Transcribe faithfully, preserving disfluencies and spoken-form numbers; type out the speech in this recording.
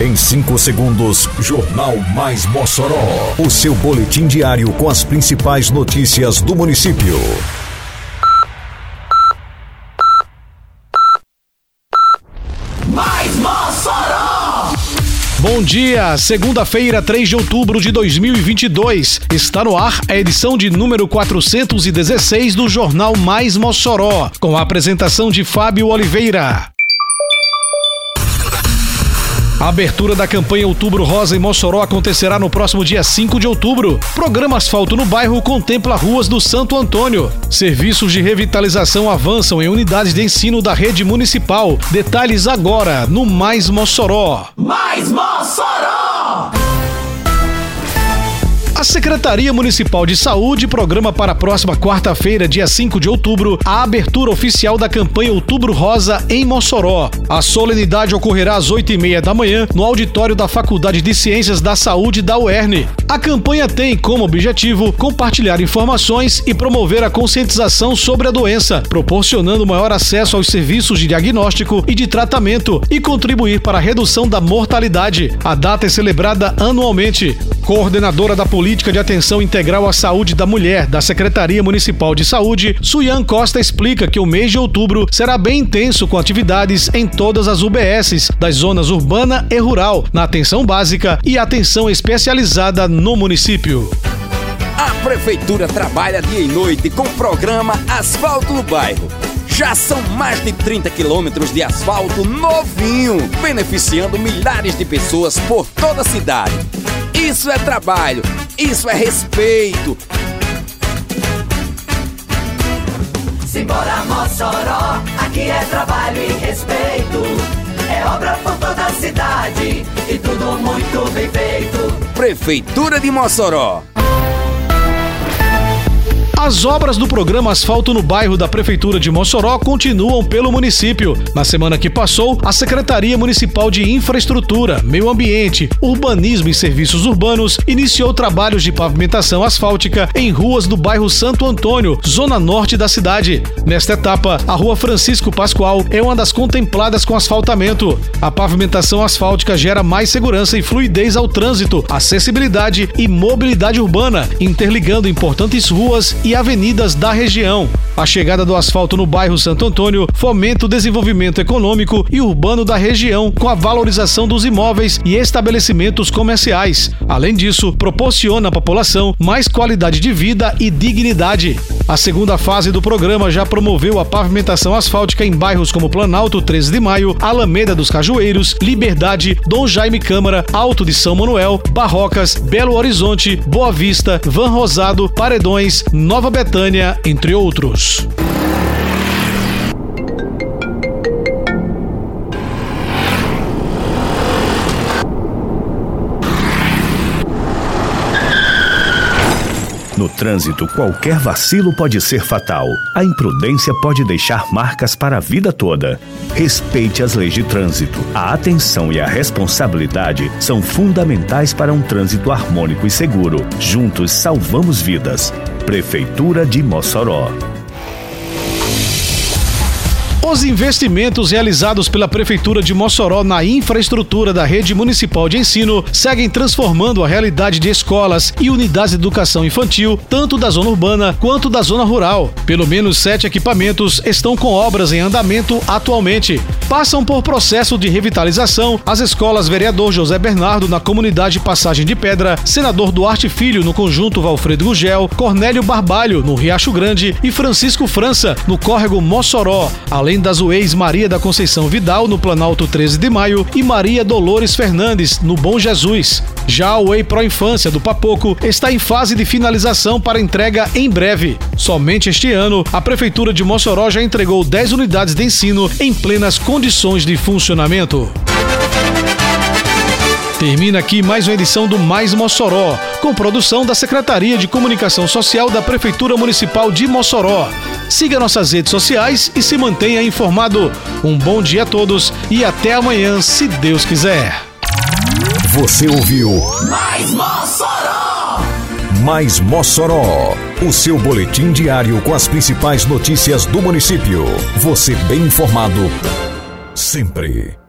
Em cinco segundos, Jornal Mais Mossoró. O seu boletim diário com as principais notícias do município. Mais Mossoró! Bom dia, segunda-feira, três de outubro de dois mil e vinte e dois. Está no ar a edição de número quatrocentos e dezesseis do Jornal Mais Mossoró, com a apresentação de Fábio Oliveira. A abertura da campanha Outubro Rosa em Mossoró acontecerá no próximo dia cinco de outubro. Programa Asfalto no Bairro contempla ruas do Santo Antônio. Serviços de revitalização avançam em unidades de ensino da rede municipal. Detalhes agora no Mais Mossoró. Mais Mossoró! A Secretaria Municipal de Saúde programa para a próxima quarta-feira, dia cinco de outubro, a abertura oficial da campanha Outubro Rosa em Mossoró. A solenidade ocorrerá às oito e meia da manhã no auditório da Faculdade de Ciências da Saúde da U E R N. A campanha tem como objetivo compartilhar informações e promover a conscientização sobre a doença, proporcionando maior acesso aos serviços de diagnóstico e de tratamento e contribuir para a redução da mortalidade. A data é celebrada anualmente. Coordenadora da Política de Atenção Integral à Saúde da Mulher da Secretaria Municipal de Saúde, Suyan Costa explica que o mês de outubro será bem intenso com atividades em todas as U B Ss das zonas urbana e rural, na atenção básica e atenção especializada no município. A Prefeitura trabalha dia e noite com o programa Asfalto no Bairro. Já são mais de trinta quilômetros de asfalto novinho, beneficiando milhares de pessoas por toda a cidade. Isso é trabalho, isso é respeito. Simbora Mossoró, aqui é trabalho e respeito. É obra por toda a cidade e tudo muito bem feito. Prefeitura de Mossoró. As obras do programa Asfalto no Bairro da Prefeitura de Mossoró continuam pelo município. Na semana que passou, a Secretaria Municipal de Infraestrutura, Meio Ambiente, Urbanismo e Serviços Urbanos iniciou trabalhos de pavimentação asfáltica em ruas do bairro Santo Antônio, zona norte da cidade. Nesta etapa, a Rua Francisco Pascoal é uma das contempladas com asfaltamento. A pavimentação asfáltica gera mais segurança e fluidez ao trânsito, acessibilidade e mobilidade urbana, interligando importantes ruas e avenidas da região. A chegada do asfalto no bairro Santo Antônio fomenta o desenvolvimento econômico e urbano da região com a valorização dos imóveis e estabelecimentos comerciais. Além disso, proporciona à população mais qualidade de vida e dignidade. A segunda fase do programa já promoveu a pavimentação asfáltica em bairros como Planalto treze de Maio, Alameda dos Cajueiros, Liberdade, Dom Jaime Câmara, Alto de São Manuel, Barrocas, Belo Horizonte, Boa Vista, Van Rosado, Paredões, Nova Betânia, entre outros. No trânsito, qualquer vacilo pode ser fatal. A imprudência pode deixar marcas para a vida toda. Respeite as leis de trânsito. A atenção e a responsabilidade são fundamentais para um trânsito harmônico e seguro. Juntos salvamos vidas. Prefeitura de Mossoró. Os investimentos realizados pela Prefeitura de Mossoró na infraestrutura da rede municipal de ensino seguem transformando a realidade de escolas e unidades de educação infantil, tanto da zona urbana quanto da zona rural. Pelo menos sete equipamentos estão com obras em andamento atualmente. Passam por processo de revitalização as escolas Vereador José Bernardo na comunidade Passagem de Pedra, Senador Duarte Filho no conjunto Valfredo Gugel, Cornélio Barbalho no Riacho Grande e Francisco França no córrego Mossoró, além das U E Is Maria da Conceição Vidal no Planalto treze de Maio e Maria Dolores Fernandes no Bom Jesus. Já a U E I Pro Infância do Papoco está em fase de finalização para entrega em breve. Somente este ano, a Prefeitura de Mossoró já entregou dez unidades de ensino em plenas condições de funcionamento. Termina aqui mais uma edição do Mais Mossoró, com produção da Secretaria de Comunicação Social da Prefeitura Municipal de Mossoró. Siga nossas redes sociais e se mantenha informado. Um bom dia a todos e até amanhã, se Deus quiser. Você ouviu Mais Mossoró! Mais Mossoró, o seu boletim diário com as principais notícias do município. Você bem informado sempre.